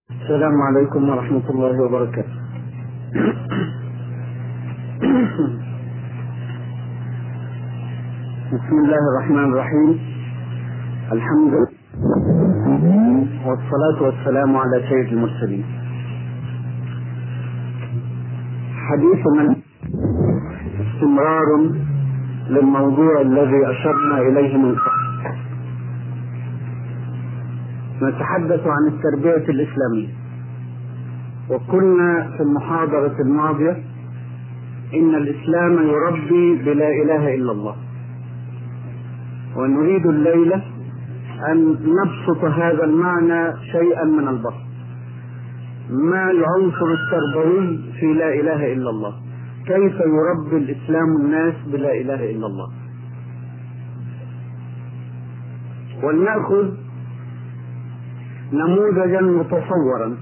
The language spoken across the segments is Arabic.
السلام عليكم ورحمة الله وبركاته. بسم الله الرحمن الرحيم. الحمد لله والصلاة والسلام على سيد المرسلين. حديثنا استمرار للموضوع الذي أشرنا إليه من قبل. نتحدث عن التربية الإسلامية، وقلنا في المحاضرة الماضية إن الإسلام يربي بلا إله إلا الله، ونريد الليلة أن نبسط هذا المعنى شيئا من البسط. ما العنصر التربوي في لا إله إلا الله؟ كيف يربي الإسلام الناس بلا إله إلا الله؟ ولنأخذ نموذجا متصورا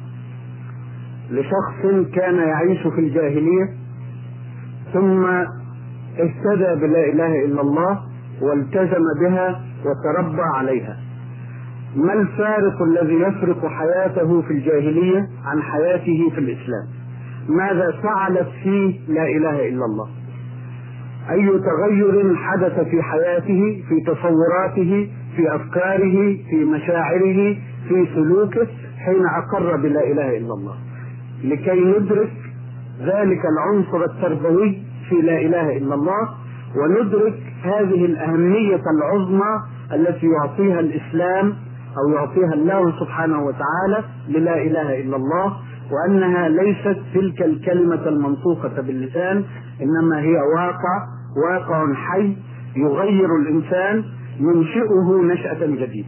لشخص كان يعيش في الجاهلية ثم اهتدى بلا إله إلا الله والتزم بها وتربى عليها. ما الفارق الذي يفرق حياته في الجاهلية عن حياته في الإسلام؟ ماذا فعلت فيه لا إله إلا الله؟ أي تغير حدث في حياته، في تصوراته، في أفكاره، في مشاعره، في سلوكه حين أقر بلا إله إلا الله؟ لكي ندرك ذلك العنصر التربوي في لا إله إلا الله، وندرك هذه الأهمية العظمى التي يعطيها الإسلام أو يعطيها الله سبحانه وتعالى للا إله إلا الله، وأنها ليست تلك الكلمة المنطوقة باللسان، إنما هي واقع حي يغير الإنسان، ينشئه نشأة جديدة.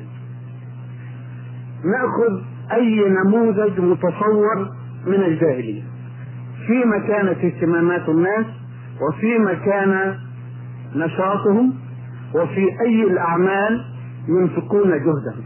نأخذ أي نموذج متصور من الجاهلية فيما كانت اهتمامات الناس، وفيما كان نشاطهم، وفي أي الأعمال ينفقون جهدهم.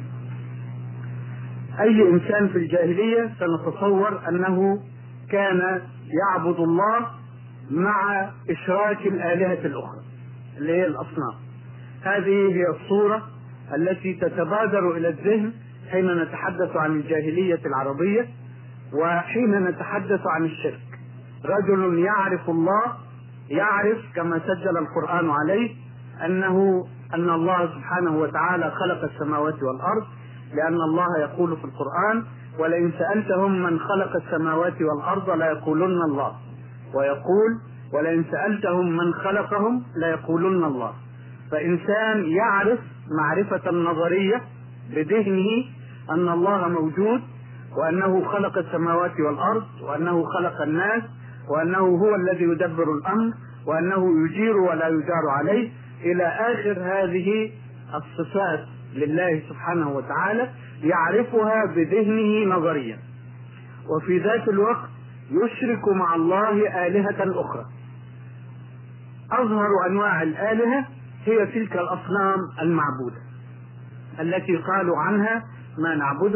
أي إنسان في الجاهلية سنتصور أنه كان يعبد الله مع إشراك الآلهة الأخرى اللي هي الأصنام. هذه هي الصورة التي تتبادر إلى الذهن حين نتحدث عن الجاهلية العربية وحين نتحدث عن الشرك. رجل يعرف الله، يعرف كما سجل القرآن عليه أن الله سبحانه وتعالى خلق السماوات والأرض، لأن الله يقول في القرآن: ولئن سألتهم من خلق السماوات والأرض ليقولن الله، ويقول: ولئن سألتهم من خلقهم ليقولن الله. فإنسان يعرف معرفة نظرية بذهنه أن الله موجود، وأنه خلق السماوات والأرض، وأنه خلق الناس، وأنه هو الذي يدبر الأمر، وأنه يجير ولا يجار عليه، إلى آخر هذه الصفات لله سبحانه وتعالى يعرفها بذهنه نظريا. وفي ذات الوقت يشرك مع الله آلهة أخرى. أظهر أنواع الآلهة هي تلك الأصنام المعبودة التي قالوا عنها: ما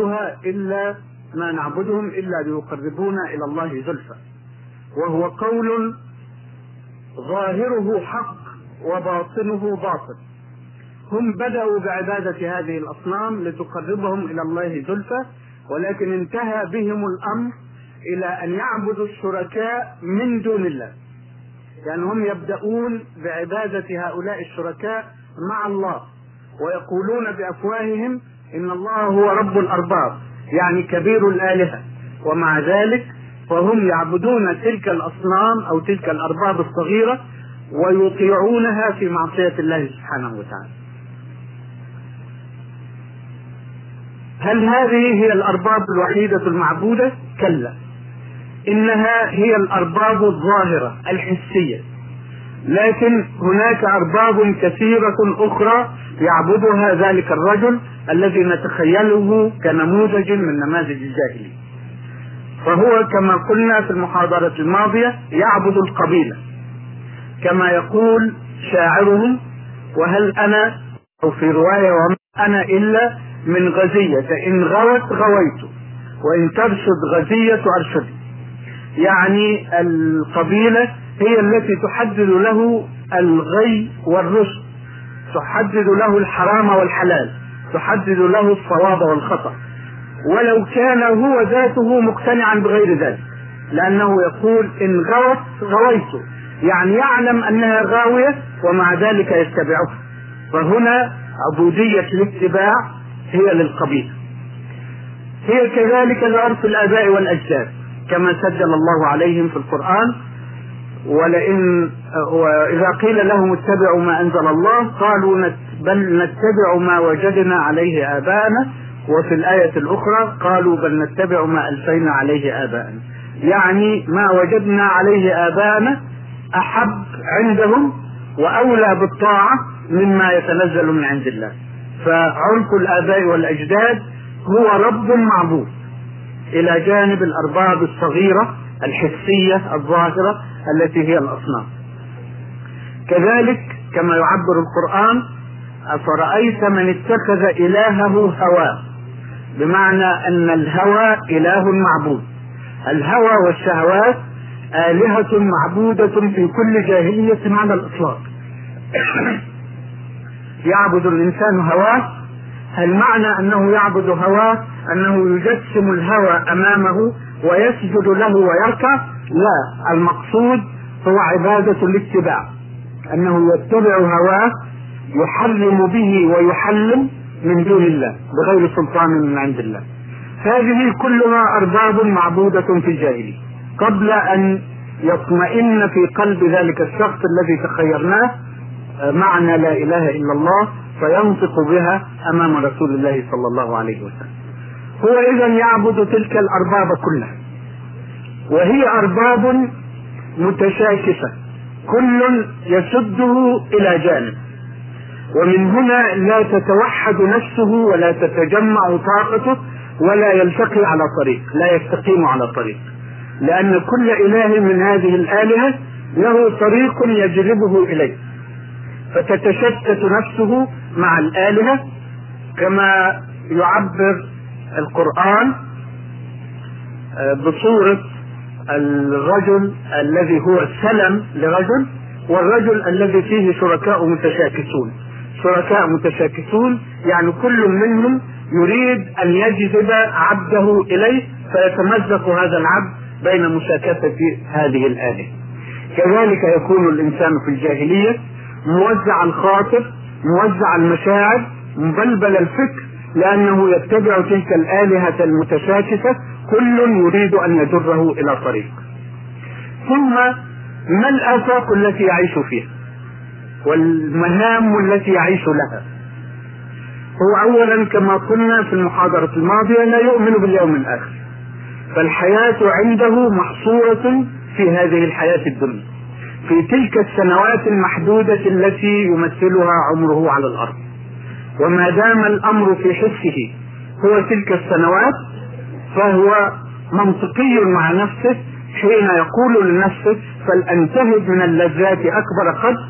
نعبدهم إلا ليقربونا إلى الله زلفى. وهو قول ظاهره حق وباطنه باطل. هم بدأوا بعبادة هذه الأصنام لتقربهم إلى الله زلفى، ولكن انتهى بهم الأمر إلى أن يعبدوا الشركاء من دون الله. يعني هم يبدأون بعبادة هؤلاء الشركاء مع الله، ويقولون بأفواههم إن الله هو رب الأرباب، يعني كبير الآلهة، ومع ذلك فهم يعبدون تلك الأصنام أو تلك الأرباب الصغيرة ويطيعونها في معصية الله سبحانه وتعالى. هل هذه هي الأرباب الوحيدة المعبودة؟ كلا، إنها هي الأرباب الظاهرة الحسية، لكن هناك أرباب كثيرة أخرى يعبدها ذلك الرجل الذي نتخيله كنموذج من نماذج الجاهلية. فهو كما قلنا في المحاضرة الماضية يعبد القبيلة، كما يقول شاعرهم: وهل أنا، أو في رواية: وما أنا إلا من غزية، إن غوت غويت، وإن ترشد غزية أرشد. يعني القبيلة هي التي تحدد له الغي والرشد، تحدد له الحرام والحلال، تحدد له الصواب والخطأ. ولو كان هو ذاته مقتنعا بغير ذلك، لأنه يقول إن غوت غويت، يعني يعلم أنها غاوية ومع ذلك يتبعها. فهنا عبودية الاتباع هي للقبيلة. هي كذلك لعرف الآباء والأجداد كما سجل الله عليهم في القرآن: وإذا قيل لهم اتبعوا ما أنزل الله قالوا بل نتبع ما وجدنا عليه آباءنا، وفي الآية الأخرى قالوا بل نتبع ما ألفينا عليه آباءنا، يعني ما وجدنا عليه آباءنا أحب عندهم وأولى بالطاعة مما يتنزل من عند الله. فعرف الآباء والأجداد هو رب معبود إلى جانب الأرباب الصغيرة الحسية الظاهرة التي هي الأصنام. كذلك كما يعبر القرآن: أفرأيت من اتخذ إلهه هواه، بمعنى أن الهوى إله معبود. الهوى والشهوات آلهة معبودة في كل جاهلية على الإطلاق. يعبد الإنسان هواه. هل معنى أنه يعبد هواه أنه يجسم الهوى أمامه ويسجد له ويركع؟ لا، المقصود هو عبادة الاتباع، أنه يتبع هواه يحرم به ويحلم من دون الله بغير سلطان من عند الله. هذه كلها أرباب معبودة في الجاهلية قبل أن يطمئن في قلب ذلك الشخص الذي تخيرناه معنى لا إله إلا الله فينطق بها أمام رسول الله صلى الله عليه وسلم. هو إذن يعبد تلك الأرباب كلها، وهي أرباب متشاكسة كل يسده إلى جانب، ومن هنا لا تتوحد نفسه ولا تتجمع طاقته ولا يلتقي على طريق، لا يستقيم على طريق، لأن كل إله من هذه الآلهة له طريق يجذبه إليه، فتتشتت نفسه مع الآلهة. كما يعبر القرآن بصورة الرجل الذي هو سلم لرجل، والرجل الذي فيه شركاء متشاكسون. شركاء متشاكسون يعني كل منهم يريد أن يجذب عبده إليه، فيتمزق هذا العبد بين مشاكسة هذه الآلهة. كذلك يكون الإنسان في الجاهلية موزع الخاطر، موزع المشاعر، مبلبل الفكر، لأنه يتبع تلك الآلهة المتشاكسة، كل يريد أن يجره إلى طريق. ثم ما الآفاق التي يعيش فيها والمهام التي يعيش لها؟ هو أولا كما قلنا في المحاضرة الماضية لا يؤمن باليوم الآخر، فالحياة عنده محصورة في هذه الحياة الدنيا، في تلك السنوات المحدودة التي يمثلها عمره على الأرض. وما دام الأمر في حسه هو تلك السنوات فهو منطقي مع نفسه حين يقول لنفسه: فلأنتهب من اللذات أكبر قدر،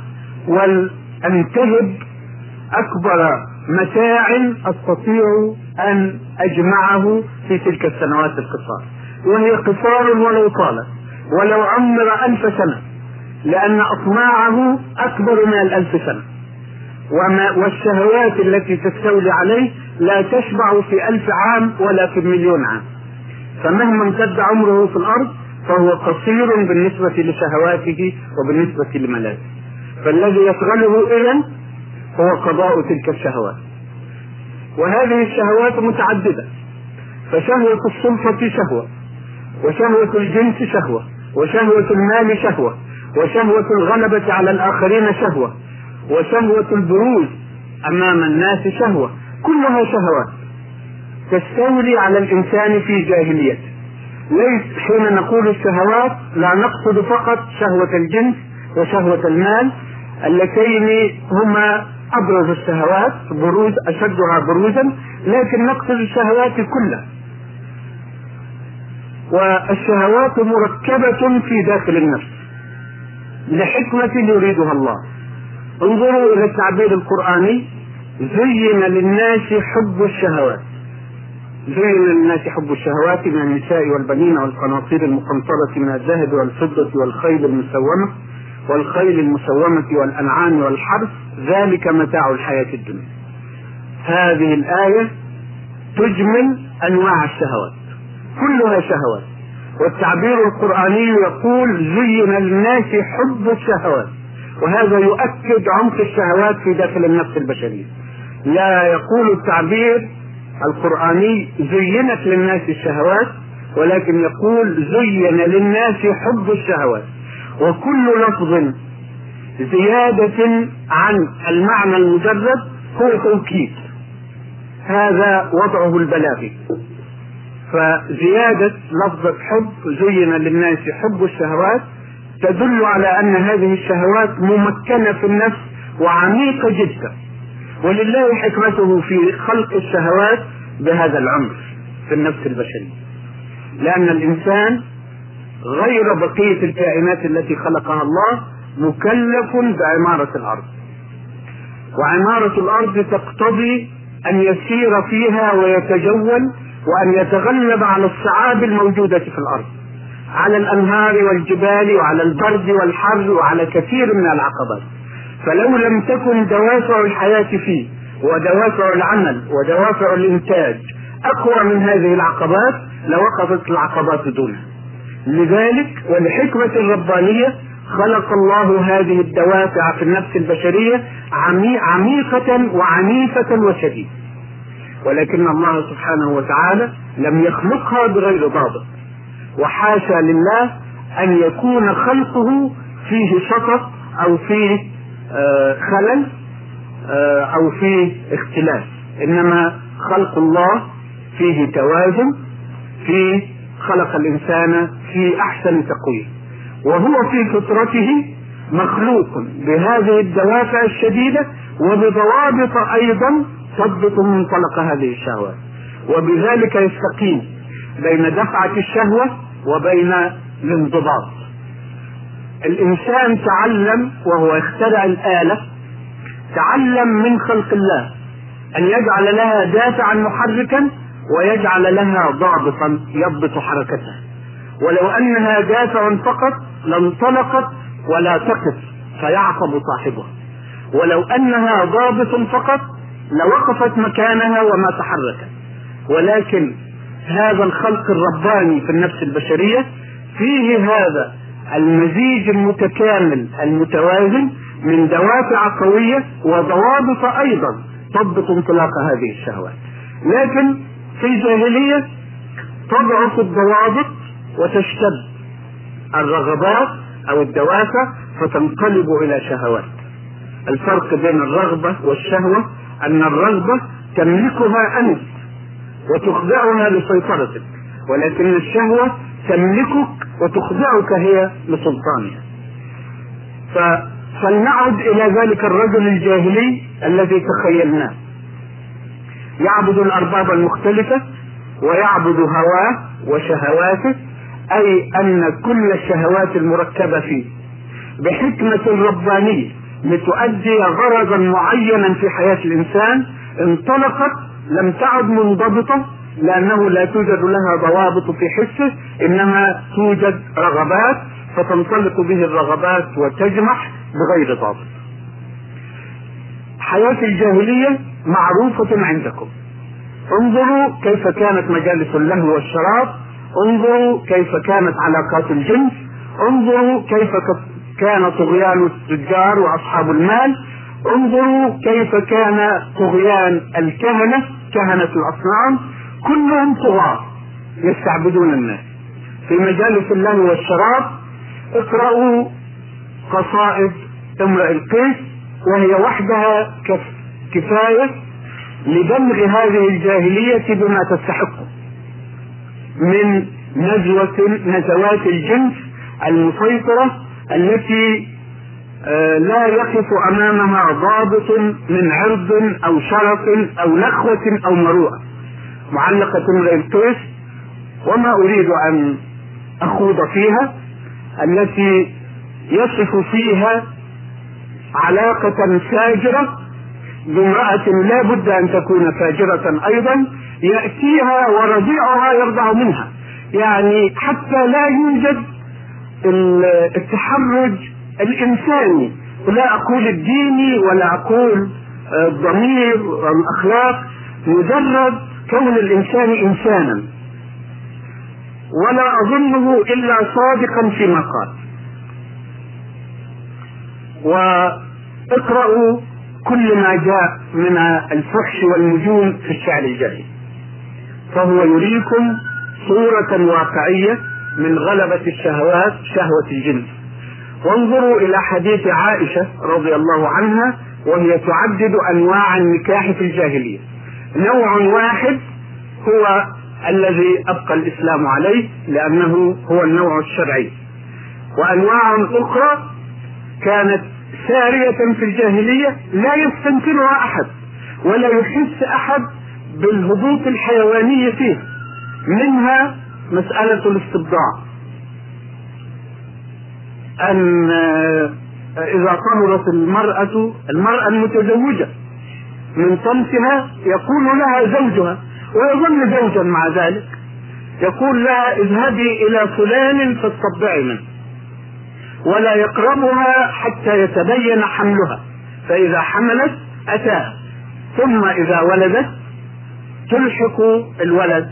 ولأنتهب أكبر متاع أستطيع أن أجمعه في تلك السنوات القصار، وهي قصار ولو طالت ولو عمر 1000 سنة، لأن أطماعه أكبر من 1000 سنة، والشهوات التي تستولي عليه لا تشبع في 1000 عام ولا في 1,000,000 عام. فمهما امتد عمره في الأرض فهو قصير بالنسبة لشهواته وبالنسبة لملاذه. فالذي يشغله إذن هو قضاء تلك الشهوات، وهذه الشهوات متعددة. فشهوة السلطة شهوة، وشهوة الجنس شهوة، وشهوة المال شهوة، وشهوة الغلبة على الآخرين شهوة، وشهوة البروز أمام الناس شهوة. كلها شهوات تستولي على الإنسان في جاهليته. ليس حين نقول الشهوات لا نقصد فقط شهوة الجنس وشهوة المال اللتين هما أبرز الشهوات، بروز أشدها بروزا، لكن نقصد الشهوات كلها. والشهوات مركبة في داخل النفس لحكمة يريدها الله. انظروا إلى التعبير القرآني: زين للناس حب الشهوات. زين للناس حب الشهوات من النساء والبنين والقناطير المقنطرة من الذهب والفضة والخيل المسومة والأنعام والحرث، ذلك متاع الحياة الدنيا. هذه الآية تجمل أنواع الشهوات، كلها شهوات. والتعبير القرآني يقول زين للناس حب الشهوات، وهذا يؤكد عمق الشهوات في داخل النفس البشرية. لا يقول التعبير القرآني زينت للناس الشهوات، ولكن يقول زين للناس حب الشهوات. وكل لفظ زيادة عن المعنى المجرد هو توكيد، هذا وضعه البلاغي. فزيادة لفظة حب زين للناس حب الشهوات تدل على أن هذه الشهوات ممكنة في النفس وعميقة جدا، ولله حكمته في خلق الشهوات بهذا العمر في النفس البشرية، لأن الإنسان غير بقية الكائنات التي خلقها الله مكلف بعمارة الأرض، وعمارة الأرض تقتضي أن يسير فيها ويتجول وأن يتغلب على الصعاب الموجودة في الأرض، على الأنهار والجبال وعلى البرد والحر وعلى كثير من العقبات. فلو لم تكن دوافع الحياة فيه ودوافع العمل ودوافع الإنتاج أقوى من هذه العقبات لوقفت العقبات دونها. لذلك ولحكمة ربانية خلق الله هذه الدوافع في النفس البشرية عميقة وعنيفة وشديدة، ولكن الله سبحانه وتعالى لم يخلقها بغير ضابط، وحاشا لله أن يكون خلقه فيه شطط أو فيه خلل أو فيه اختلاف، إنما خلق الله فيه توازن، فيه خلق الإنسان في أحسن تقويم، وهو في فطرته مخلوق بهذه الدوافع الشديدة وبضوابط أيضا تضبط منطلق هذه الشهوات، وبذلك يستقيم بين دفعة الشهوة وبين الانضباط. الإنسان تعلم وهو يخترع الآلة، تعلم من خلق الله أن يجعل لها دافعا محركا ويجعل لها ضابطا يضبط حركتها، ولو أنها دافع فقط لانطلقت ولا تقف فيعقب صاحبها، ولو أنها ضابط فقط لوقفت مكانها وما تحركت. ولكن هذا الخلق الرباني في النفس البشرية فيه هذا المزيج المتكامل المتوازن من دوافع قوية وضوابط أيضا تضبط انطلاق هذه الشهوات. لكن في الجاهلية تضعف الضوابط وتشتد الرغبات أو الدوافع فتنقلب إلى شهوات. الفرق بين الرغبة والشهوة أن الرغبة تملكها أنت وتخضعها لسيطرتك، ولكن الشهوة تملكك وتخضعك هي لسلطانها. فلنعد إلى ذلك الرجل الجاهلي الذي تخيلناه يعبد الأرباب المختلفة ويعبد هواه وشهواته، أي أن كل الشهوات المركبة فيه بحكمة ربانية لتؤدي غرضا معينا في حياة الإنسان انطلقت لم تعد منضبطة، لأنه لا توجد لها ضوابط في حسه، إنما توجد رغبات فتنطلق به الرغبات وتجمح بغير ضابط. حياة الجاهلية معروفة عندكم، انظروا كيف كانت مجالس اللهو والشراب، انظروا كيف كانت علاقات الجنس، انظروا كيف كان طغيان التجار وأصحاب المال، انظروا كيف كان طغيان الكهنة كهنة الأصنام، كلهم طغاة يستعبدون الناس. في مجالس اللهو والشراب اقرأوا قصائد امرئ القيس وهي وحدها كفاية لدمغ هذه الجاهلية بما تستحقه من نزوات الجنس المسيطرة التي لا يقف أمامها ضابط من عرض أو شرف أو نخوة أو مروءة. معلقة امرئ القيس وما أريد أن أخوض فيها، التي يصف فيها علاقة فاجرة بامرأة لا بد أن تكون فاجرة أيضا، يأتيها ورضيعها يرضع منها، يعني حتى لا يوجد التحرج الإنساني، ولا أقول الديني ولا أقول الضمير والأخلاق، مجرد كون الإنسان إنسانا، ولا أظنه إلا صادقا فيما قال. واقرأوا كل ما جاء من الفحش والنجوم في الشعر الجاهلي، فهو يريكم صورة واقعية من غلبة الشهوات، شهوة الجنس. وانظروا إلى حديث عائشة رضي الله عنها وهي تعدد أنواع النكاح في الجاهلية. نوع واحد هو الذي أبقى الإسلام عليه لأنه هو النوع الشرعي، وأنواع أخرى كانت سارية في الجاهلية لا يستنكرها أحد ولا يحس أحد بالهبوط الحيواني فيه. منها مسألة الاستبضاع، أن إذا طهرت المرأة المتزوجة من طمسها يقول لها زوجها ويظل زوجا مع ذلك، يقول لها اذهبي إلى فلان فاستبضعي منه، ولا يقربها حتى يتبين حملها، فإذا حملت أتاها، ثم إذا ولدت تلحق الولد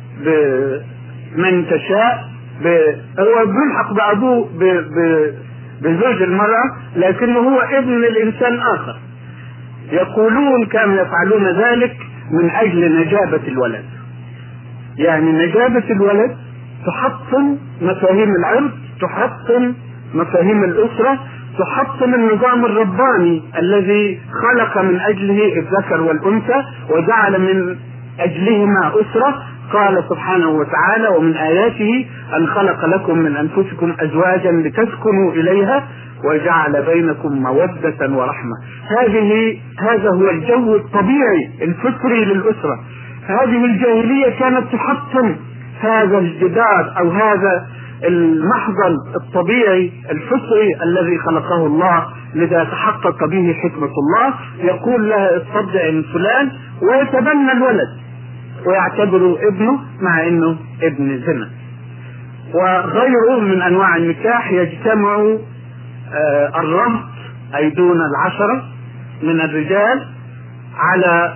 بمن تشاء، هو بيلحق بأبوه بزوج المرأة لكنه هو ابن الإنسان آخر. يقولون كانوا يفعلون ذلك من أجل نجابة الولد، يعني نجابة الولد تحطم مفاهيم العرض، تحطم مفاهيم الأسرة، تحطم النظام الرباني الذي خلق من أجله الذكر والأنثى وجعل من أجلهما أسرة. قال سبحانه وتعالى: ومن آياته أن خلق لكم من أنفسكم أزواجا لتسكنوا إليها وجعل بينكم مودة ورحمة. هذا هو الجو الطبيعي الفطري للأسرة. هذه الجاهلية كانت تحطم هذا الجدار أو هذا المحضن الطبيعي الفطري الذي خلقه الله، لذا تحقق به حكمة الله. يقول لها استبضعي من فلان ويتبنى الولد ويعتبره ابنه مع انه ابن زنا. وغيره من انواع النكاح يجتمع الرهط اي دون 10 من الرجال على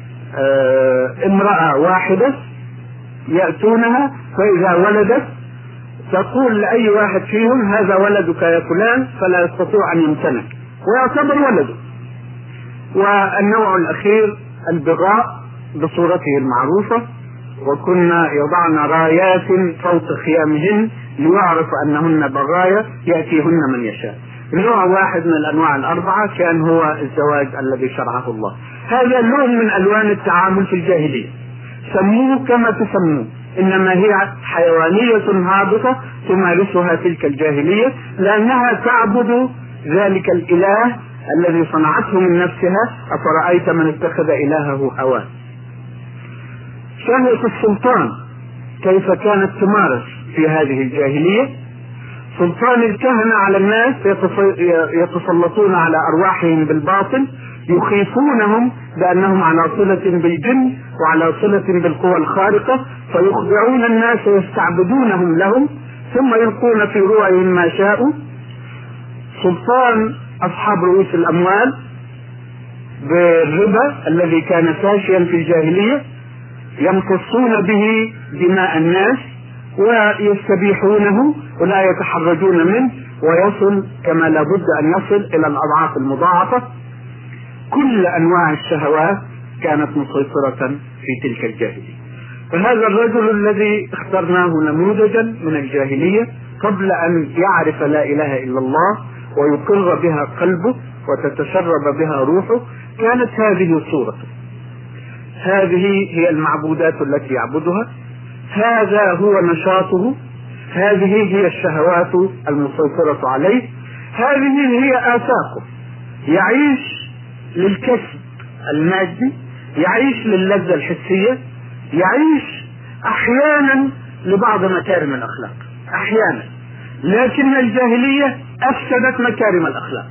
امرأة واحدة يأتونها، فإذا ولدت تقول لأي واحد فيهم هذا ولدك يا فلان، فلا يستطيع أن يمتنع ويعتبر ولده. والنوع الأخير البغاء بصورته المعروفة، وكنا يضعن رايات فوق خيامهن ليعرف أنهن بغايا يأتيهن من يشاء. نوع واحد من الأنواع الأربعة كان هو الزواج الذي شرعه الله. هذا لون من ألوان التعامل في الجاهلية، سموه كما تسموه، إنما هي حيوانية هابطة تمارسها تلك الجاهلية لأنها تعبد ذلك الإله الذي صنعته من نفسها. أفرأيت من اتخذ إلهه هواه. شهوة السلطان كيف كانت تمارس في هذه الجاهلية؟ سلطان الكهنة على الناس، يتسلطون على أرواحهم بالباطل، يخيفونهم بأنهم على صلة بالجن وعلى صلة بالقوى الخارقة، فيخضعون الناس ويستعبدونهم لهم ثم يلقون في رؤيهم ما شاءوا. سلطان أصحاب رؤوس الأموال بالربا الذي كان فاشيا في الجاهلية، يمتصون به دماء الناس ويستبيحونه ولا يتحرجون منه، ويصل كما لابد أن يصل إلى الأضعاف المضاعفة. كل أنواع الشهوات كانت مسيطرة في تلك الجاهلية. فهذا الرجل الذي اخترناه نموذجا من الجاهلية قبل أن يعرف لا إله إلا الله ويقر بها قلبه وتتشرب بها روحه، كانت هذه صورته. هذه هي المعبودات التي يعبدها، هذا هو نشاطه، هذه هي الشهوات المسيطرة عليه، هذه هي آفاقه. يعيش للكسب المادي، يعيش للذة الحسية، يعيش أحيانا لبعض مكارم الأخلاق أحيانا، لكن الجاهلية أفسدت مكارم الأخلاق.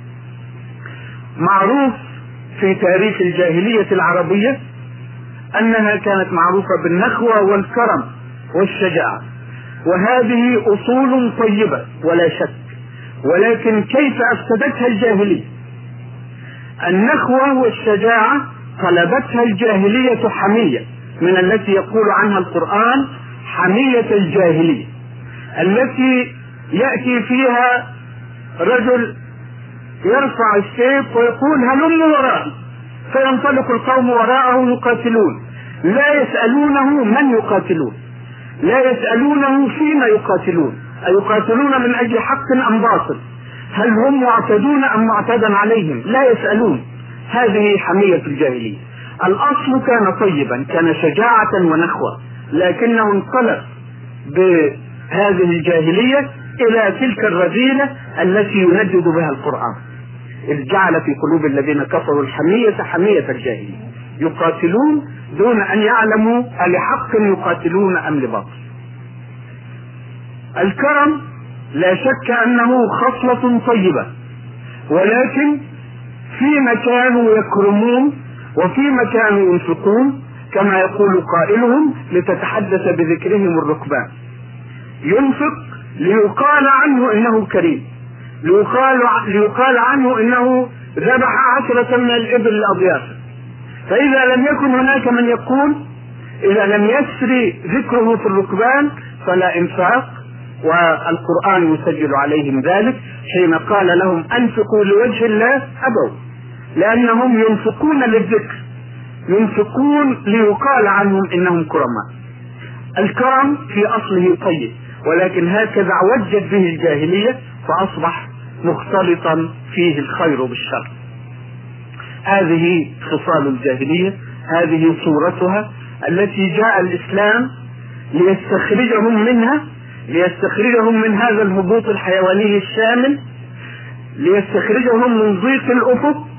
معروف في تاريخ الجاهلية العربية أنها كانت معروفة بالنخوة والكرم والشجاعة، وهذه أصول طيبة ولا شك، ولكن كيف أفسدتها الجاهلية؟ النخوة والشجاعة طلبتها الجاهلية حمية، من التي يقول عنها القرآن حمية الجاهلية، التي يأتي فيها رجل يرفع السيف ويقول هلم وراء، فينطلق القوم وراءه يقاتلون، لا يسألونه من يقاتلون، لا يسألونه فيما يقاتلون، أيقاتلون من أجل حق أم باطل، هل هم معتدون أم معتدا عليهم، لا يسألون. هذه حمية الجاهلية. الأصل كان طيبا، كان شجاعة ونخوة، لكنه انقلب بهذه الجاهلية إلى تلك الرذيلة التي يندد بها القرآن، إذ جعل في قلوب الذين كفروا الحمية حمية الجاهلية، يقاتلون دون أن يعلموا ألحق يقاتلون أم لباطل. الكرم لا شك أنه خصلة طيبة، ولكن فيما كانوا يكرمون وفيما كانوا ينفقون، كما يقول قائلهم لتتحدث بذكرهم الركبان. ينفق ليقال عنه إنه كريم، ليقال عنه إنه ذبح 10 من الإبل لأضيافه. فإذا لم يكن هناك من يقول، إذا لم يسري ذكره في الركبان فلا إنفاق. والقرآن يسجل عليهم ذلك حين قال لهم أنفقوا لوجه الله أبوا، لأنهم ينفقون للذكر، ينفقون ليقال عنهم إنهم كرماء. الكرم في أصله طيب، ولكن هكذا عوجت به الجاهلية فأصبح مختلطا فيه الخير بالشر. هذه خصال الجاهلية، هذه صورتها التي جاء الإسلام ليستخرجهم منها، ليستخرجهم من هذا الهبوط الحيواني الشامل، ليستخرجهم من ضيق الأفق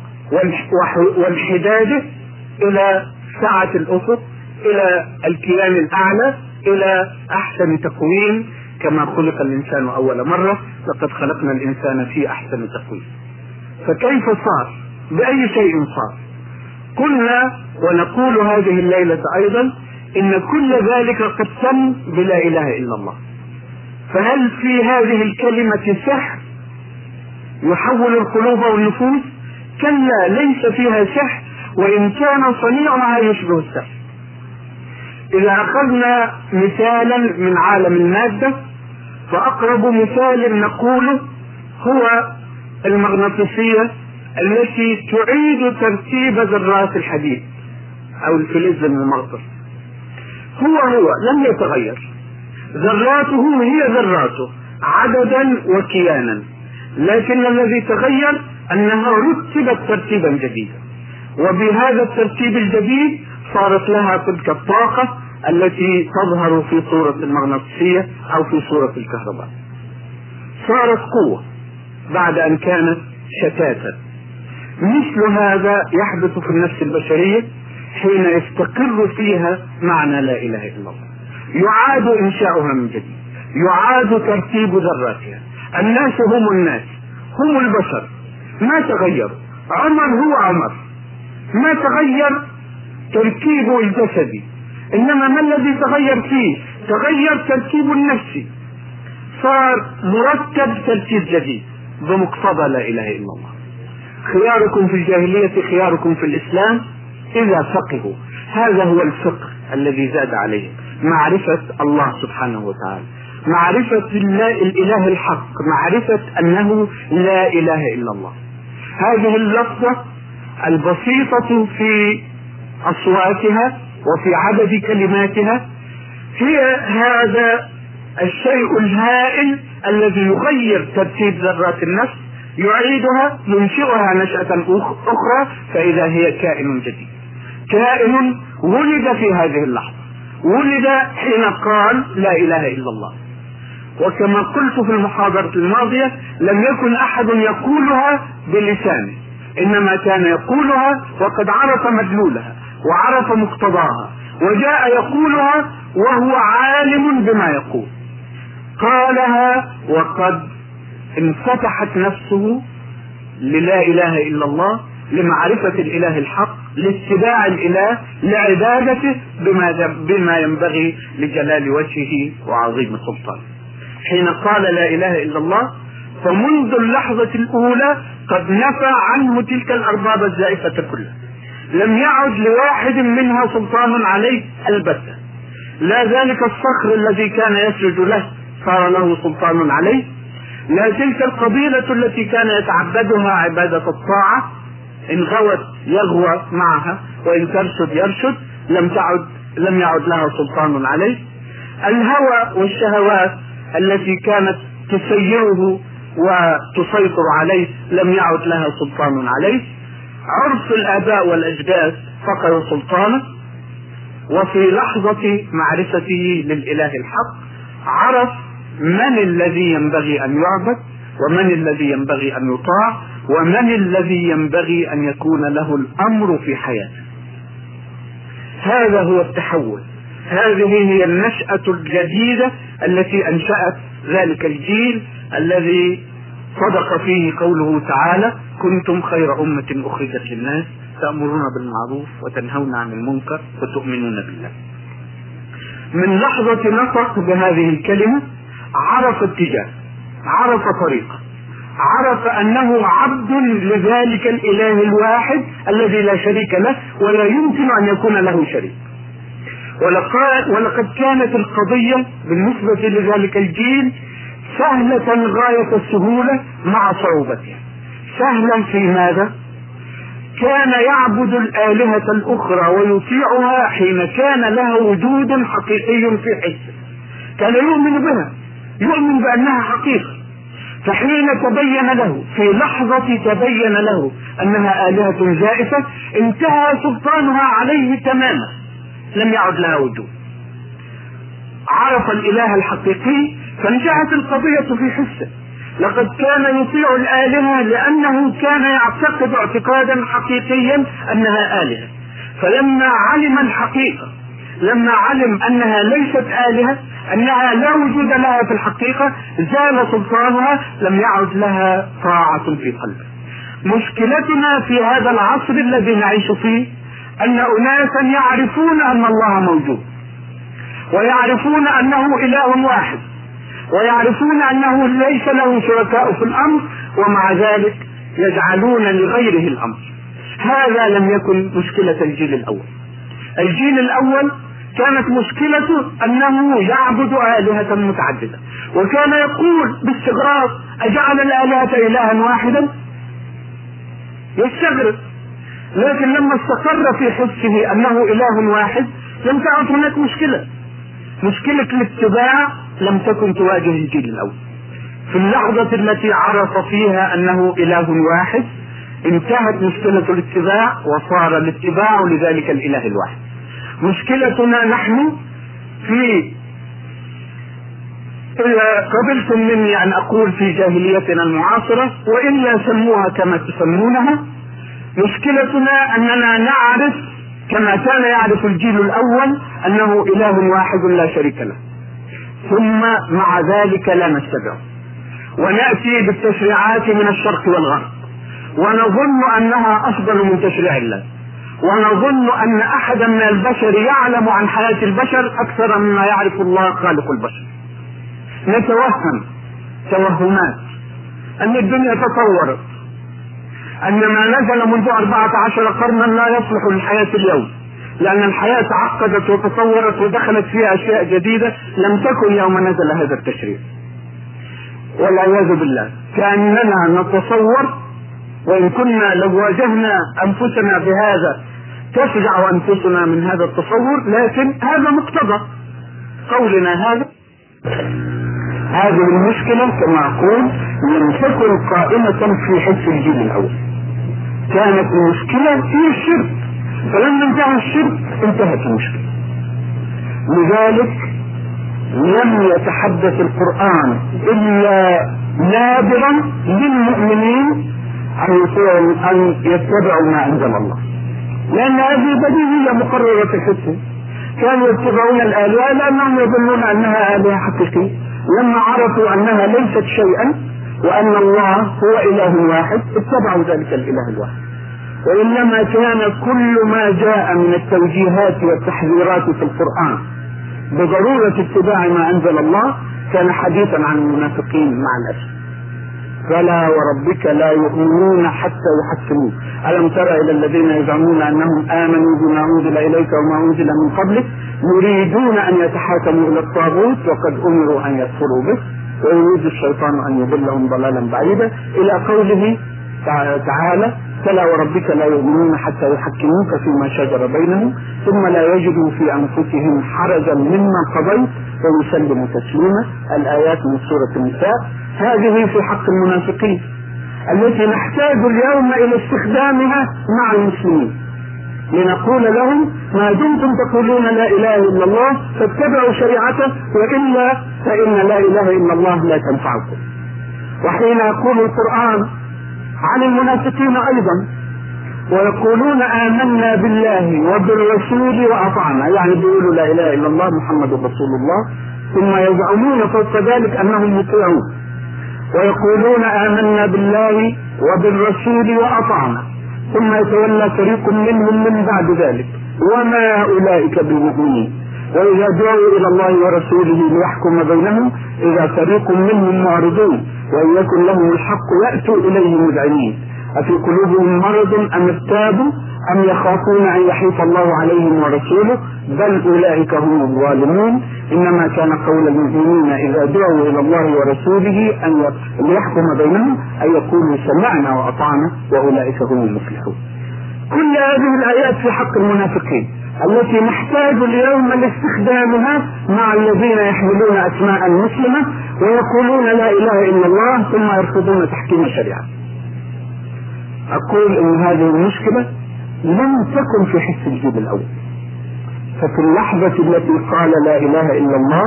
وانحداده إلى سعة الأفق، إلى الكيان الأعلى، إلى أحسن تقويم، كما خلق الإنسان أول مرة لقد خلقنا الإنسان في أحسن تقويم. فكيف صار؟ بأي شيء صار؟ قلنا ونقول هذه الليلة أيضا إن كل ذلك قد تم بلا إله إلا الله. فهل في هذه الكلمة سحر يحول القلوب والنفوس؟ كلا، ليس فيها سحر، وإن كان صنيعها يشبه السحر. إذا أخذنا مثالا من عالم المادة، فأقرب مثال نقوله هو المغناطيسية التي تعيد ترتيب ذرات الحديد أو الفلز الممغناطيسي. هو لم يتغير، ذراته هي ذراته عددا وكيانا، لكن الذي تغير أنها رتبت ترتيبا جديدا، وبهذا الترتيب الجديد صارت لها تلك الطاقة التي تظهر في صورة المغناطيسية أو في صورة الكهرباء. صارت قوة بعد أن كانت شتاتا. مثل هذا يحدث في النفس البشرية حين يستقر فيها معنى لا إله إلا الله، يعاد إنشاؤها من جديد، يعاد ترتيب ذراتها. الناس هم الناس، هم البشر، ما تغيروا. عمر هو عمر، ما تغير تركيبه الجسدي، إنما ما الذي تغير فيه؟ تغير تركيب النفسي، صار مرتب ترتيب جديد بمقتضى لا إله إلا الله. خياركم في الجاهلية خياركم في الإسلام إذا فقهوا. هذا هو الفقه الذي زاد عليه، معرفة الله سبحانه وتعالى، معرفة الإله الحق، معرفة أنه لا إله إلا الله. هذه اللفظة البسيطة في أصواتها وفي عدد كلماتها هي هذا الشيء الهائل الذي يغير ترتيب ذرات النفس، يعيدها، ينشئها نشأة أخرى، فإذا هي كائن جديد، كائن ولد في هذه اللحظة، ولد حين قال لا إله إلا الله. وكما قلت في المحاضرة الماضية، لم يكن أحد يقولها بلسانه، إنما كان يقولها وقد عرف مدلولها وعرف مقتضاها، وجاء يقولها وهو عالم بما يقول. قالها وقد انفتحت نفسه للا إله إلا الله، لمعرفة الإله الحق، لاتباع الإله، لعبادته بما ينبغي لجلال وجهه وعظيم سلطانه. حين قال لا إله إلا الله فمنذ اللحظة الأولى قد نفى عنه تلك الأرباب الزائفة كلها، لم يعد لواحد منها سلطان عليه البتة. لا ذلك الصخر الذي كان يسجد له صار له سلطان عليه، لا تلك القبيلة التي كان يتعبدها عبادة الطاعة إن غوت يغوى معها وإن ترشد يرشد لم يعد لها سلطان عليه. الهوى والشهوات التي كانت تسيره وتسيطر عليه لم يعد لها سلطان عليه. عرف الآباء والأجداد فقد سلطانه، وفي لحظة معرفته للإله الحق عرف من الذي ينبغي أن يعبد ومن الذي ينبغي أن يطاع ومن الذي ينبغي أن يكون له الأمر في حياته. هذا هو التحول، هذه هي النشأة الجديدة التي أنشأت ذلك الجيل الذي صدق فيه قوله تعالى: كنتم خير أمة أخرجت للناس تأمرون بالمعروف وتنهون عن المنكر وتؤمنون بالله. من لحظة نطق بهذه الكلمة عرف اتجاه، عرف طريقة، عرف أنه عبد لذلك الإله الواحد الذي لا شريك له ولا يمكن أن يكون له شريك. ولقد كانت القضية بالنسبة لذلك الجيل سهلة غاية السهولة مع صعوبتها. سهلا في ماذا؟ كان يعبد الآلهة الأخرى ويطيعها حين كان له وجود حقيقي في حسه، كان يؤمن بها، يؤمن بأنها حقيقة. فحين تبين له، في لحظة تبين له أنها آلهة زائفة، انتهى سلطانها عليه تماما، لم يعد لها وجود. عرف الإله الحقيقي فانتهت القضية في حسه. لقد كان يطيع الآلهة لأنه كان يعتقد اعتقادا حقيقيا أنها آلهة، فلما علم الحقيقة، لما علم أنها ليست آلهة، أنها لا وجود لها في الحقيقة، زال سلطانها، لم يعد لها طاعة في قلبه. مشكلتنا في هذا العصر الذي نعيش فيه أن أناسا يعرفون أن الله موجود، ويعرفون أنه إله واحد، ويعرفون أنه ليس له شركاء في الأمر، ومع ذلك يجعلون لغيره الأمر. هذا لم يكن مشكلة الجيل الأول. الجيل الأول كانت مشكلته أنه يعبد آلهة متعددة، وكان يقول باستغراب: أجعل الآلهة إلها واحدا؟ يستغرب. لكن لما استقر في حسه أنه إله واحد لم تعد هناك مشكلة. مشكلة الاتباع لم تكن تواجه الجيل الأول. في اللحظة التي عرف فيها أنه إله واحد انتهت مشكلة الاتباع، وصار الاتباع لذلك الإله الواحد. مشكلتنا نحن في، إذا قبلتم مني أن أقول في جاهليتنا المعاصرة وإلا سموها كما تسمونها، مشكلتنا أننا نعرف كما كان يعرف الجيل الأول أنه إله واحد لا شريك له، ثم مع ذلك لا نتبعه، ونأتي بالتشريعات من الشرق والغرب، ونظن أنها أفضل من تشريع الله، ونظن أن أحدا من البشر يعلم عن حياة البشر أكثر مما يعرف الله خالق البشر. نتوهم توهمات أن الدنيا تطورت، أن ما نزل منذ 14 قرنا لا يصلح للحياة اليوم، لأن الحياة تعقدت وتطورت ودخلت فيها أشياء جديدة لم تكن يوم نزل هذا التشريع. والعياذ بالله كأننا نتصور، وإن كنا لو واجهنا أنفسنا بهذا تفزع أنفسنا من هذا التصور، لكن هذا مقتضى قولنا هذا. هذه المشكلة كما أقول لم تكن قائمة في حس الجيل الأول، كانت المشكلة في الشرك، فلما انتهى الشرك انتهت المشكلة. لذلك لم يتحدث القرآن إلا نادرا للمؤمنين أن يتبعوا ما أنزل الله، لأن هذه بديهية مقررة في حسه. كانوا يتبعون الآلهة لأنهم يظنون أنها آلهة حقيقية، لما عرفوا أنها ليست شيئا وأن الله هو إله واحد اتبعوا ذلك الإله الواحد. وإنما كان كل ما جاء من التوجيهات والتحذيرات في القرآن بضرورة اتباع ما أنزل الله كان حديثا عن المنافقين مع الأسف. فلا وربك لا يؤمنون حتى يحكموك. ألم تر إلى الذين يزعمون أنهم آمنوا بما أنزل إليك وما أنزل من قبلك يريدون أن يتحاكموا إلى الطاغوت وقد أمروا أن يكفروا به ويريد الشيطان أن يضلهم ضلالا بعيدا، إلى قوله تعالى: فلا وربك لا يؤمنون حتى يحكموك فيما شجر بينهم ثم لا يجدوا في أنفسهم حرجا مما قضيت ويسلموا تسليما. الآيات من سورة النساء. هذه في حق المنافقين التي نحتاج اليوم إلى استخدامها مع المسلمين، لنقول لهم: ما دمتم تقولون لا إله إلا الله فاتبعوا شريعته، وإلا فإن لا إله إلا الله لا تنفعكم. وحين يقول القرآن عن المنافقين أيضا: ويقولون آمنا بالله وبالرسول وأطعنا، يعني بيقولوا لا إله إلا الله محمد رسول الله، ثم يزعمون فوق ذلك أنهم مطيعون. ويقولون آمنا بالله وبالرسول وأطعنا، ثم يتولى فريق منهم من بعد ذلك وما أولئك بالمؤمنين، وإذا دعوا إلى الله ورسوله ليحكم بينهم إذا فريق منهم معرضون، وإن يكن لهم الحق يأتوا إليه مذعنين. أفي قلوبهم مرض أم ارتابوا أم يخافون أن يحيف الله عليهم ورسوله بل أولئك هم الظالمون. إنما كان قول المؤمنين إذا دعوا إلى الله ورسوله أن ليحكم بينهم أن يقولوا سمعنا وأطعنا وأولئك هم المفلحون. كل هذه الآيات في حق المنافقين التي نحتاج اليوم لاستخدامها مع الذين يحملون أسماء مسلمة ويقولون لا إله إلا الله ثم يرفضون تحكيم الشريعة. أقول إن هذه المشكلة لم تكن في حس الجيل الأول، ففي اللحظة التي قال لا إله إلا الله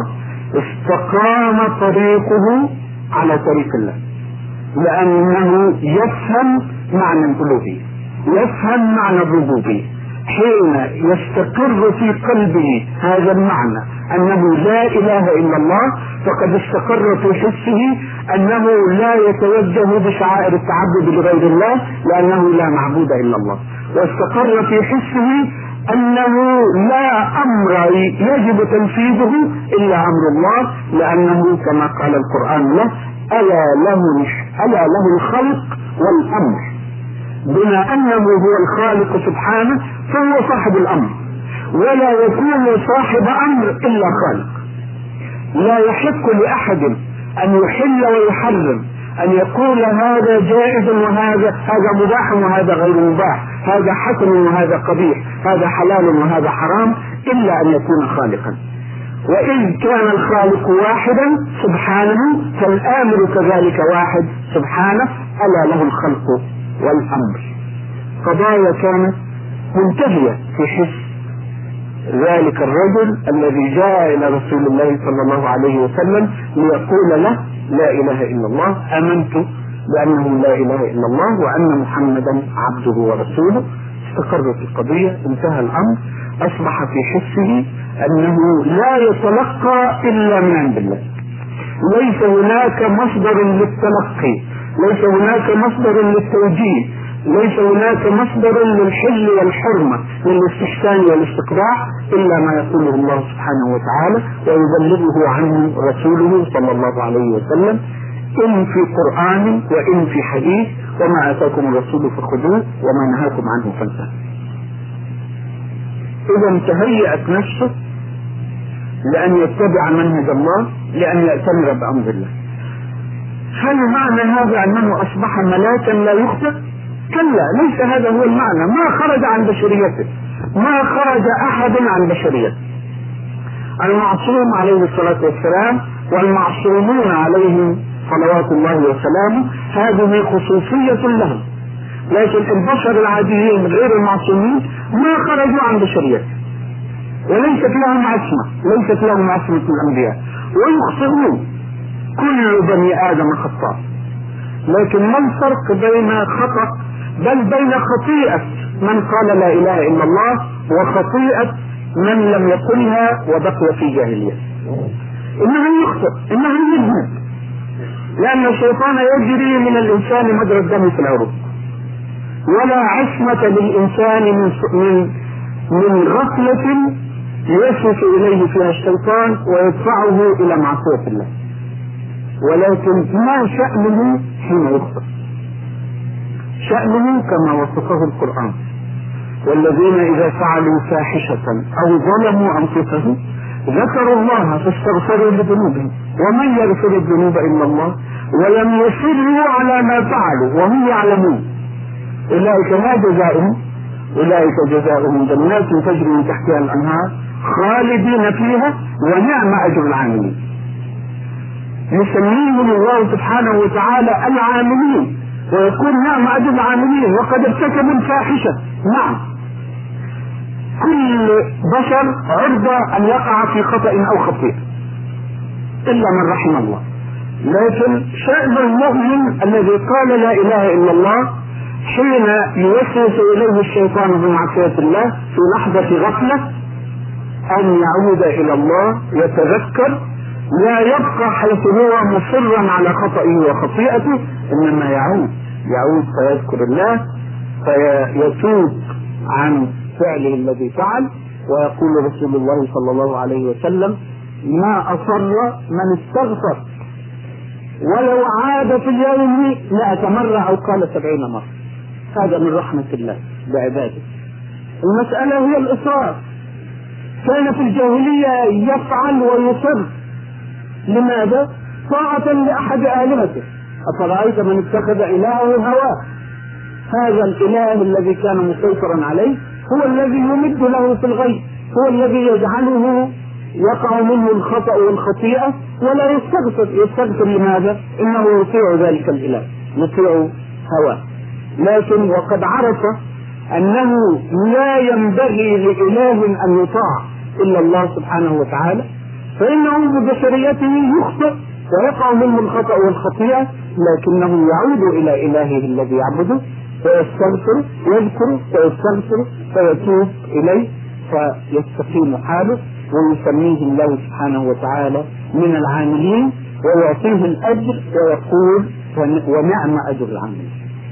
استقام طريقه على طريق الله، لأنه يفهم معنى الألوهية، يفهم معنى الربوبية. حين يستقر في قلبه هذا المعنى أنه لا إله إلا الله فقد استقر في حسه أنه لا يتوجه بشعائر التعبد لغير الله لأنه لا معبود إلا الله، واستقر في حسه أنه لا أمر يجب تنفيذه إلا أمر الله، لأنه كما قال القرآن له: ألا له الخلق والأمر. بما أنه هو الخالق سبحانه فهو صاحب الأمر، ولا يكون صاحب أمر إلا خالق. لا يحق لأحد أن يحل ويحرم، أن يقول هذا جائز وهذا مباح وهذا غير مباح، هذا حسن وهذا قبيح، هذا حلال وهذا حرام، إلا أن يكون خالقا. وإذ كان الخالق واحدا سبحانه فالآمر كذلك واحد سبحانه، ألا له الخلق والأمر. قضايا كانت منتهية في حس ذلك الرجل الذي جاء إلى رسول الله صلى الله عليه وسلم ليقول له: لا إله إلا الله، آمنت بأنه لا إله إلا الله وأن محمدا عبده ورسوله. استقرت القضية، انتهى الأمر، أصبح في حسه أنه لا يتلقى إلا من عند الله، ليس هناك مصدر للتلقي، ليس هناك مصدر للتوجيه، ليس هناك مصدر للحل والحرمة للاستحسان والاستقباح إلا ما يقوله الله سبحانه وتعالى ويبلغه عنه رسوله صلى الله عليه وسلم، إن في قرآن وإن في حديث: وما آتاكم الرسول فخذوه وما نهاكم عنه فانتهوا. إذا تهيأت نفسه لأن يتبع منهج الله، لأن يأتمر بأمر الله. هل معنى هذا أنه أصبح ملاكا لا يخطئ؟ كلا، ليس هذا هو المعنى. ما خرج عن بشريته، ما خرج أحد عن بشريته. المعصوم عليه الصلاة والسلام والمعصومون عليهم صلوات الله وسلامه هذه خصوصية لهم، لكن البشر العاديين غير المعصومين ما خرجوا عن بشريته، وليست لهم عصمة، ليست لهم عصمة الأنبياء، ويخطئون. كل بني آدم خطاء، لكن ما الفرق بين خطأ بل بين خطيئة من قال لا إله إلا الله وخطيئة من لم يقلها وبقي في جاهلية؟ إنه يخطئ، إنه يذنب، لأن الشيطان يجري من الإنسان مجرى الدم في العروق، ولا عصمة للإنسان من غفلة يسلك إليه فيها الشيطان ويدفعه إلى معصية الله. ولكن ما شأنه حين يخطئ؟ شأنه كما وصفه القرآن: والذين إذا فعلوا فاحشة أو ظلموا أنفسهم ذكروا الله فاستغفروا لذنوبهم ومن يغفر الذنوب إلا الله ولم يصروا على ما فعلوا وهم يعلمون أولئك ما جزاؤهم أولئك جزاؤهم جنات تجري من تحتها الأنهار خالدين فيها ونعم أجر العاملين. يسميهم الله سبحانه وتعالى العاملين، ويقول نعم أجر العاملين وقد ارتكبوا الفاحشة. نعم، كل بشر عرضة أن يقع في خطأ أو خطيئة إلا من رحم الله، لكن شأن المؤمن الذي قال لا إله إلا الله حين يوسوس إليه الشيطان بمعصية الله في لحظة غفلة أن يعود إلى الله يتذكر، لا يبقى حيث هو مصرا على خطئه وخطيئته، إنما يعود فيذكر الله فيتوب عن فعله الذي فعل. ويقول رسول الله صلى الله عليه وسلم: ما أصر من استغفر ولو عاد في اليوم 100 مرة أو قال 70 مرة. هذا من رحمة الله بعباده. المسألة هي الإصرار. كان في الجاهلية يفعل ويصر. لماذا؟ طاعة لأحد آلهته. أفرأيت من اتخذ إلهه هواه؟ هذا الإله الذي كان مسيطرا عليه هو الذي يمد له في الغيب، هو الذي يجعله يقع منه الخطأ والخطيئة ولا يستغفر. لماذا؟ إنه يطيع ذلك الإله، يطيع هواه. لكن وقد عرف أنه لا ينبغي لإله أن يطاع إلا الله سبحانه وتعالى، فإنه ببشريته يخطئ ويقع منه الخطأ والخطيئة، لكنه يعود إلى إلهه الذي يعبده فيستغفر، يذكر ويستغفر فيتوب إليه فيستقيم حاله، ويسميه الله سبحانه وتعالى من العاملين ويعطيه الأجر ويقول: ونعم أجر العاملين.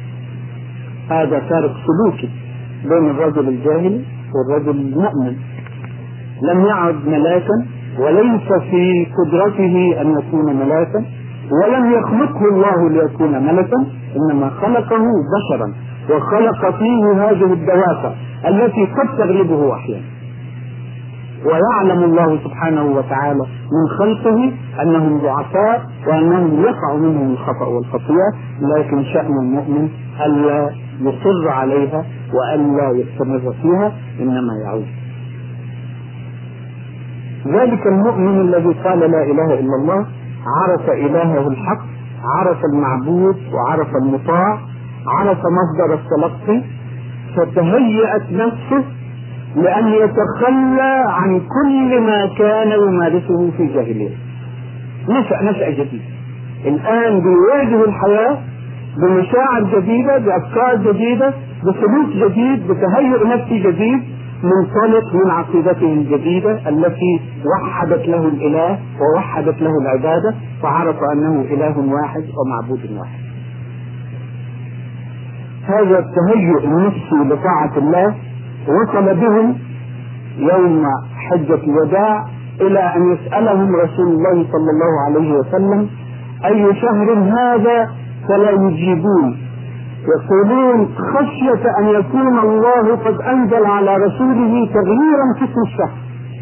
هذا فارق سلوكي بين الرجل الجاهل والرجل المؤمن. لم يعد ملاكا، وليس في قدرته أن يكون ملاكا، ولم يخلقه الله ليكون ملكا، إنما خلقه بشرا وخلق فيه هذه الدوافع التي قد تغلبه أحيانا. ويعلم الله سبحانه وتعالى من خلقه أنهم ضعفاء وأنهم يقع منهم الخطأ والخطيئة، لكن شأن المؤمن ألا يصر عليها وألا يستمر فيها، إنما يعود. ذلك المؤمن الذي قال لا إله إلا الله عرف إلهه الحق، عرف المعبود وعرف المطاع، عرف مصدر التلقي، فتهيأت نفسه لأن يتخلى عن كل ما كان يمارسه في جاهلية. نشأ جديد، الآن بيواجه الحياة بمشاعر جديدة، بأفكار جديدة، بسلوك جديد، بتهيئ نفسي جديد، منطلق من عقيدته الجديدة التي وحدت له الإله ووحدت له العبادة، فعرف أنه إله واحد ومعبود واحد. هذا التهيئ النفسي لطاعة الله وصل بهم يوم حجة الوداع إلى أن يسألهم رسول الله صلى الله عليه وسلم: أي شهر هذا؟ فلا يجيبون، يقولون خشية أن يكون الله قد أنزل على رسوله تغييرا في اسم الشهر،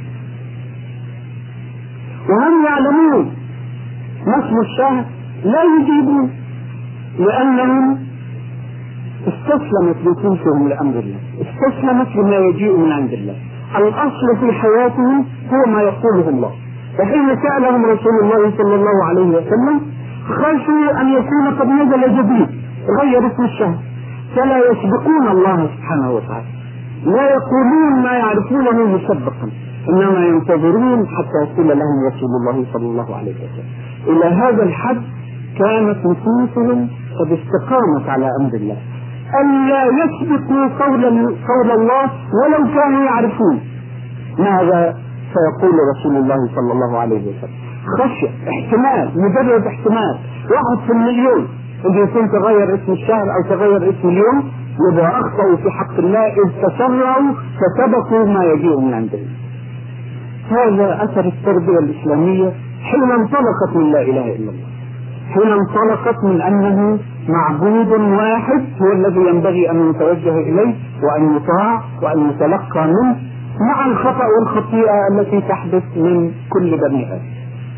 وهم يعلمون ما اسم الشهر، لا يجيبون لأنهم استسلمت نفوسهم لأمر الله، استسلمت لما يجيء من عند الله. الأصل في حياتهم هو ما يقوله الله. وحين سألهم رسول الله صلى الله عليه وسلم خشوا أن يكون قد نزل جديد غير اسم الشهر، فلا يسبقون الله سبحانه وتعالى، لا يقولون ما يعرفونه مسبقا، إنما ينتظرون حتى يقول لهم رسول الله صلى الله عليه وسلم. إلى هذا الحد كانت نفوسهم قد استقامت على أمر الله، ألا يسبقوا قول الله ولو كانوا يعرفون. ماذا سيقول رسول الله صلى الله عليه وسلم؟ خشية، احتمال، مجرد احتمال 1 في المليون إذا كنت تغير اسم الشهر أو تغير اسم اليوم، يبقى أخطأوا في حق الله إذ تسرعوا فسبقوا ما يجيء من عند الله. هذا أثر التربية الإسلامية حين انطلقت من لا إله إلا الله. حين انطلقت من أنه معبود واحد هو الذي ينبغي أن يتوجه إليه وأن يطاع وأن يتلقى منه، مع الخطأ والخطيئة التي تحدث من كل بني آدم.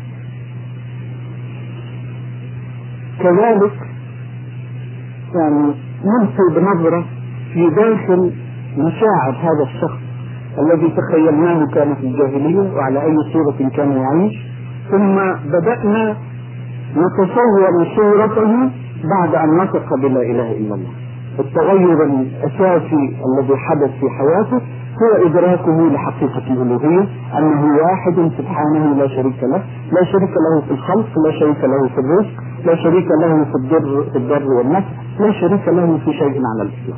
كذلك يعني نمشي بنظرة في داخل مشاعر هذا الشخص الذي تخيلناه كان في الجاهلية وعلى أي صورة كان يعيش، ثم بدأنا نتصور صورته بعد أن نطق بلا إله إلا الله. التغير الأساسي الذي حدث في حياته هو إدراكه لحقيقة الألوهية، أنه واحد سبحانه لا شريك له، لا شريك له في الخلق، لا شريك له في الرزق، لا شريك له في الضر والنفع، لا شريك له في شيء على الإطلاق.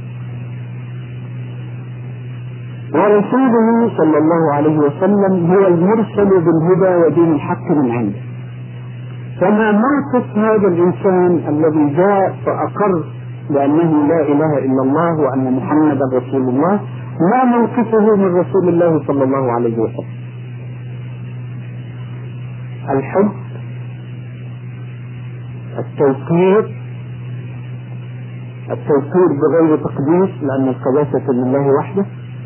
ورسوله صلى الله عليه وسلم هو المرسل بالهدى ودين الحق من عنده. فما موقف هذا الإنسان الذي جاء فأقر بأنه لا إله إلا الله وأن محمدا رسول الله، ما موقفه من رسول الله صلى الله عليه وسلم؟ الحب، التوقير بغير تقديس لأن القداسة لله وحده،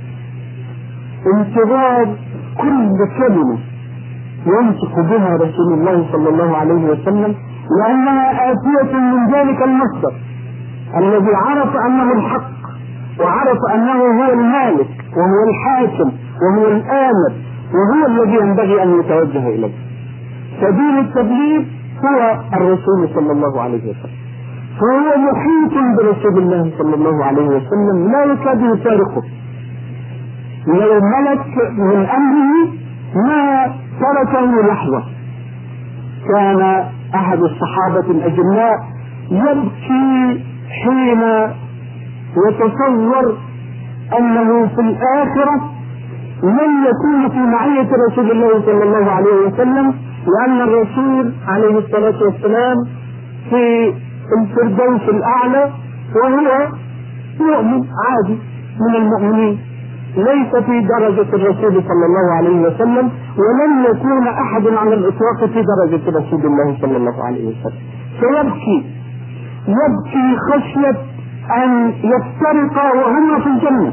انتظار كل كلمة ينطق بها رسول الله صلى الله عليه وسلم لأنها آتية من ذلك المصدر الذي عرف أنه الحق وعرف أنه هو المالك وهو الحاكم وهو الآمر وهو الذي ينبغي أن يتوجه إليه. سبيل التبليغ هو الرسول صلى الله عليه وسلم، فهو محيط برسول الله صلى الله عليه وسلم لا يكاد يفارقه. لو ملك من أمره ما تركه لحظة. كان أحد الصحابة الأجلاء يبكي حين يتصور أنه في الآخرة لن يكون في معية رسول الله صلى الله عليه وسلم، لأن الرسول عليه الصلاة والسلام في الفردوس الأعلى وهو مؤمن عادي من المؤمنين، ليس في درجة الرسول صلى الله عليه وسلم، ولن يكون أحد على الإطلاق في درجة رسول الله صلى الله عليه وسلم. يبكي خشية أن يفترقا وهما في الجنة،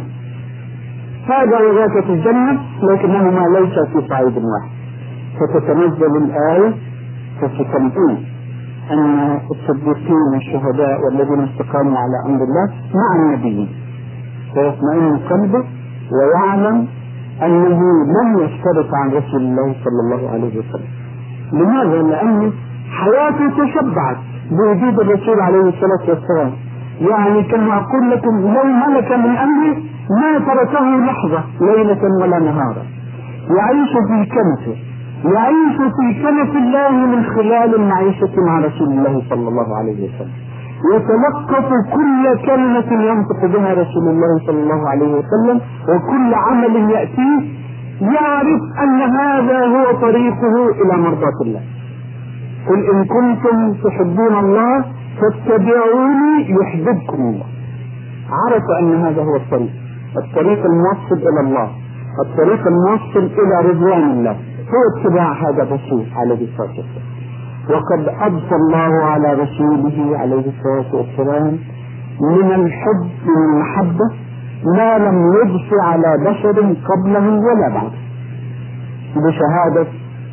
هذا وذاك في الجنة لكنهما ليس في صعيد واحد. فتتنزل الآية فتتنبيه أن الصديقين والشهداء والذين استقاموا على أمر الله مع النبيين، فيطمئن قلبه ويعلم أنه لم يفترق عن رسول الله صلى الله عليه وسلم. لماذا؟ لأن حياته تشبعت بوجود الرسول عليه الصلاة والسلام. يعني كما أقول لكم لو ملك من أمره ما تركه لحظة ليلة ولا نهارا، يعيش في كنفه، يعيش في كنف الله من خلال المعيشة مع رسول الله صلى الله عليه وسلم، يتلقف كل كلمة ينطق بها رسول الله صلى الله عليه وسلم وكل عمل يأتيه، يعرف أن هذا هو طريقه إلى مرضاة الله. قل إن كنتم تحبون الله فاتبعوني يحببكم الله. عرف أن هذا هو الطريق الموصل إلى الله، الطريق الموصل إلى رضوان الله، هو اتباع هذا الرسول عليه الصلاة والسلام. وقد أبصى الله على رسوله عليه الصلاة والسلام من الحب والمحبة ما لم يبص على بشر قبله ولا بعده، بشهادة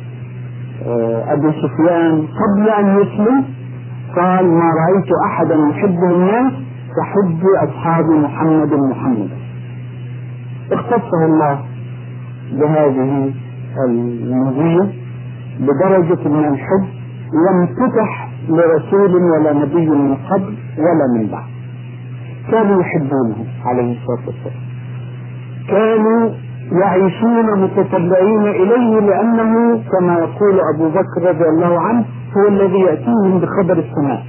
أبي سفيان قبل أن يسلم قال: ما رأيت أحدا يحبه الناس كحب أصحاب محمد. اختصه الله بهذه المزية بدرجة من الحب لم تتح لرسول ولا نبي من قبل ولا من بعد. كانوا يحبونه عليه الصلاة والسلام، كانوا يعيشون متطلعين إليه، لأنه كما يقول أبو بكر رضي الله عنه هو الذي يأتيهم بخبر السماء،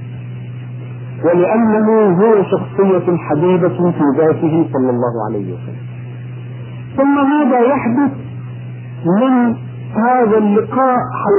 ولأنه هو شخصية حبيبة في ذاته صلى الله عليه وسلم. ثم ماذا يحدث من هذا اللقاء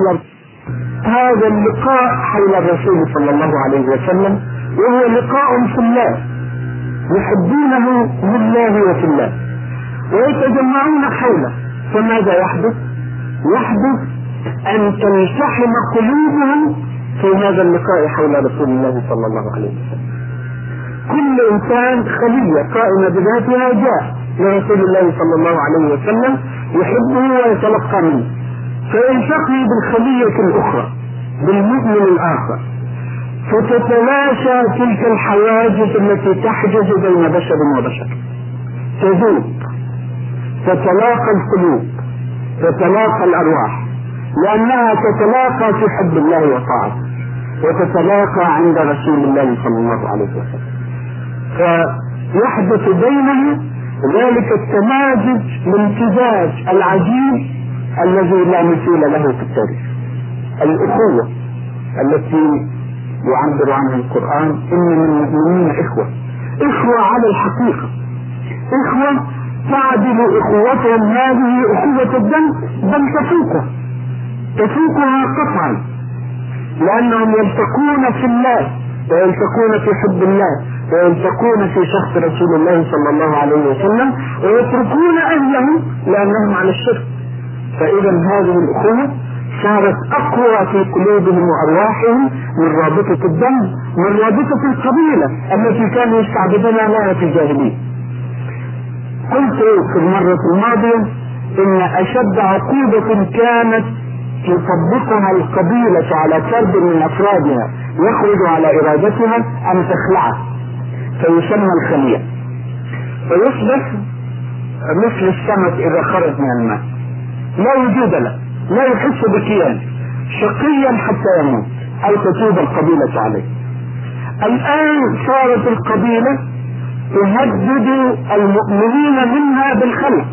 حول الرسول صلى الله عليه وسلم، وهو لقاء في الله، يحبونه لله وفي الله ويتجمعون حوله. فماذا يحدث؟ يحدث أن تلتحم قلوبهم في هذا اللقاء حول رسول الله صلى الله عليه وسلم. كل إنسان خلية قائمة بذاتها جاء لرسول الله صلى الله عليه وسلم يحبه ويتلقى منه، فيلتقي بالخلية الأخرى بالمؤمن الآخر، فتتلاشى تلك الحواجز التي تحجز بين بشر وبشر، تذوب، تتلاقى القلوب، تتلاقى الأرواح، لأنها تتلاقى في حب الله وطاعته، وتتلاقى عند رسول الله صلى الله عليه وسلم، فيحدث بينه ذلك التمازج الامتزاج العجيب الذي لا مثيل له في التاريخ. الأخوة التي يعبر عنها القرآن إن من المؤمنين إخوة على الحقيقة، إخوة تعدل إخوتهم هذه أخوة الدم، بل تفوقها قطعا، لأنهم يلتقون في الله ويلتقون في حب الله ويلتقون في شخص رسول الله صلى الله عليه وسلم، ويتركون أهلهم لأنهم على الشرك. فإذا هذه الأخوة صارت أقوى في قلوبهم وأرواحهم من رابطة الدم، من رابطة القبيلة التي كانوا يستعبدون لها في الجاهلية. قلت في المرة الماضية إن أشد عقوبة كانت تطبقها القبيلة على فرد من أفرادها يخرج على إرادتها أن تخلعه، فيسمى الخلية، فيصبح مثل السمك إذا خرج من الماء، لا وجود له، لا يحس بكيان، شقيا حتى يموت أو تتوب القبيلة عليه. الآن صارت القبيلة تهدد المؤمنين منها بالخلع،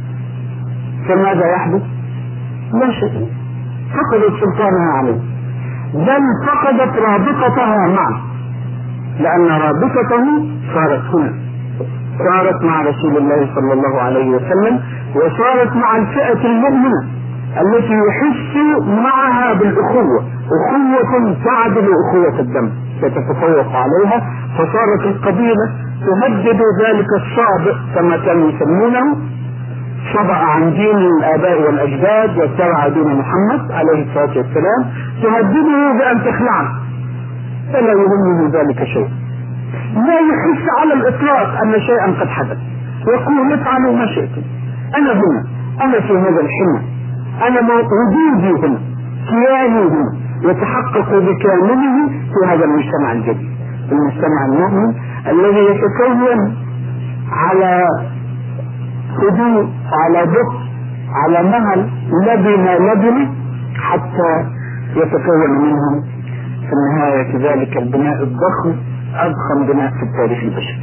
فماذا يحدث؟ لا شيء، فقدت سلطانها عليه، بل فقدت رابطتها معه، لأن رابطته صارت هنا، صارت مع رسول الله صلى الله عليه وسلم، وصارت مع الفئة المؤمنة التي يحس معها بالأخوة، أخوة تعدل أخوة الدم، تتفوق عليها. فصارت القبيلة تهدد ذلك الصابئ كما كانوا يسمونه، صبأ عن دين الآباء والأجداد واتبع دين محمد عليه الصلاة والسلام، تهدده بأن تخلعه، فلا يهمه ذلك شيء، لا يحس على الإطلاق أن شيئا قد حدث، يقول افعلوا ما شئتم، أنا هنا، أنا في هذا الحمى، أنا وجودي هنا، كياني هنا، يتحقق بكامله في هذا المجتمع الجديد، المجتمع المؤمن الذي يتكون على هدوء، على بطء، على مهل لبنة حتى يتكون منهم في النهاية ذلك البناء الضخم، أضخم بناء في التاريخ البشري.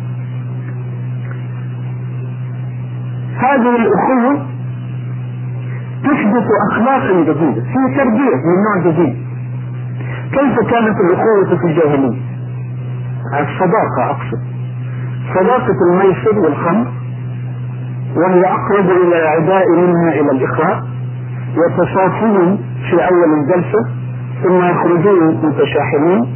هذه الأخوة تحدث أخلاقا جديدة في تربية من نوع جديد. كيف كانت الأخوة في الجاهلية؟ الصداقة، أقصد صداقة الميسر والخمر، وهي أقرب إلى العداء منها إلى الإخاء، يتصافون في أول الجلسة ثم يخرجون متشاحنين.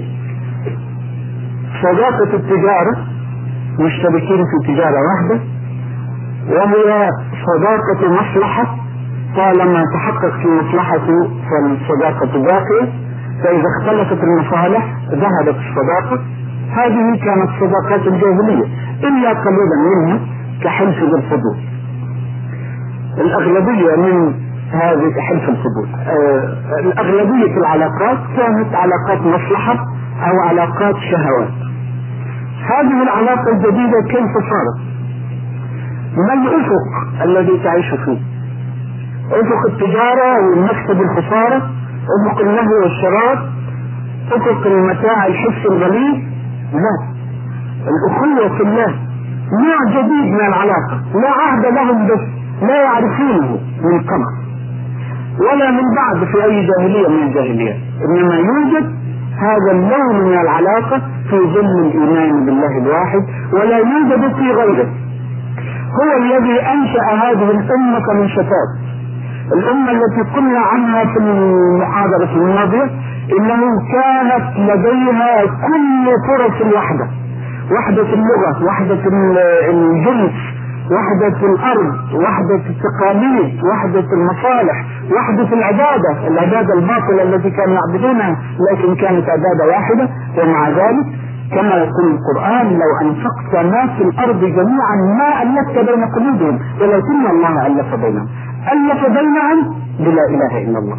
صداقة التجارة، مشتركين في تجارة واحدة، وهي صداقة مصلحة، طالما تحقق في مصلحته فالصداقة باقية، فإذا اختلفت المصالح ذهبت الصداقة. هذه كانت صداقات الجاهلية إلا قليلا منها كحلف بالفضول. الأغلبية من هذه حلف الفضول، الأغلبية العلاقات كانت علاقات مصلحة أو علاقات شهوات. هذه العلاقة الجديدة كيف صارت؟ ما الأفق الذي تعيش فيه؟ أفق التجارة والمكسب الخسارة، أفق اللهو والشراب، أفق المتاع الحس الغليظ؟ لا، الأخوة في الله نوع جديد من العلاقة، لا عهد لهم بس لا يعرفونه من قبل ولا من بعد في أي جاهلية من الجاهليات، إنما يوجد هذا اللون من العلاقة في ظل الإيمان بالله الواحد، ولا يوجد في غيره. هو الذي أنشأ هذه الأمة من شتات، الأمة التي قلنا عنها في المحاضرة الماضية إنه كانت لديها كل فرص الوحدة، وحدة اللغة، وحدة الجنس، وحدة الأرض، وحدة التقاليد، وحدة المصالح، وحدة العبادة الباطلة التي كانوا يعبدونها، لكن كانت عبادة واحدة. ومع ذلك كما يقول القرآن: لو أنفقت ما في الأرض جميعا ما ألفت بين قلوبهم ولكن الله ألف بينهم. ألف بينهم بلا إله إلا الله.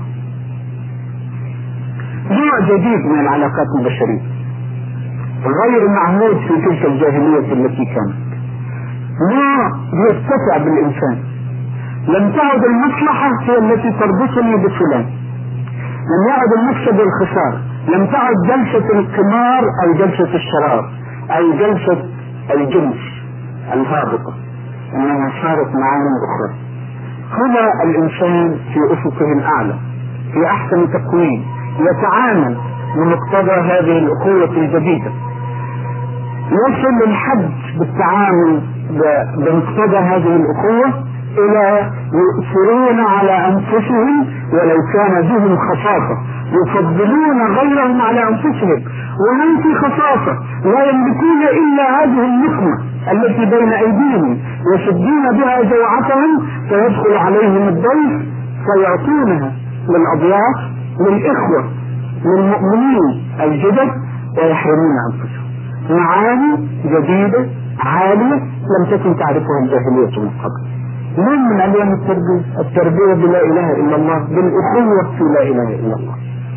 نوع جديد من العلاقات البشرية غير معهود في تلك الجاهلية التي كانت، نوع يتسع بالإنسان. لم تعد المصلحة هي التي تربطني بفلان، لم يعد المكسب والخسارة، لم تعد جلسة القمار أو جلسة الشراب أو جلسة الجنس الهابطة، إنما صارت معاني أخرى. هنا الإنسان في أفقه الأعلى في أحسن تقويم يتعامل بمقتضى هذه الأخوة الجديدة، يصل الحد بالتعامل بمقتضى هذه الأخوة إلى يؤثرون على أنفسهم ولو كان بهم خصاصة، يفضلون غيرهم على أنفسهم وهم في خصاصة، لا يملكون إلا هذه النقمة التي بين أيديهم يسدون بها جوعتهم، فيدخل عليهم الضيف فيعطونها للأضياف للإخوة للمؤمنين الجدد ويحرمون أنفسهم. معاني جديدة عالية لم تكن تعرفها الجاهلية من قبل. من ألوان التربية بلا إله إلا الله، بالأخوة في لا إله إلا الله.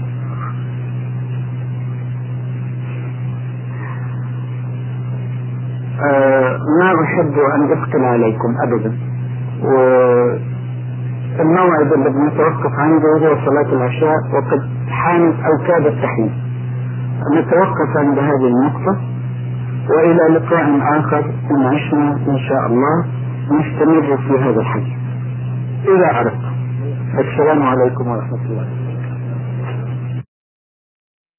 ما أحب أن أثقل عليكم أبدا، والموعد الذي نتوقف عنده هو صلاة العشاء وقد حانت أو كادت تحين. نتوقف عند هذه النقطة، وإلى لقاء آخر إن عشنا إن شاء الله نستمر في هذا الحديث إذا أردت. السلام عليكم ورحمة الله.